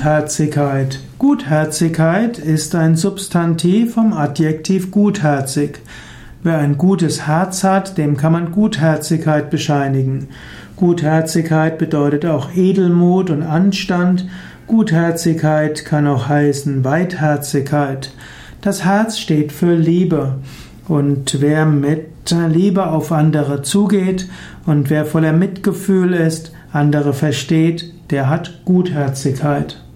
Gutherzigkeit. Gutherzigkeit ist ein Substantiv vom Adjektiv gutherzig. Wer ein gutes Herz hat, dem kann man Gutherzigkeit bescheinigen. Gutherzigkeit bedeutet auch Edelmut und Anstand. Gutherzigkeit kann auch heißen Weitherzigkeit. Das Herz steht für Liebe. Und wer mit Liebe auf andere zugeht und wer voller Mitgefühl ist, andere versteht, der hat Gutherzigkeit.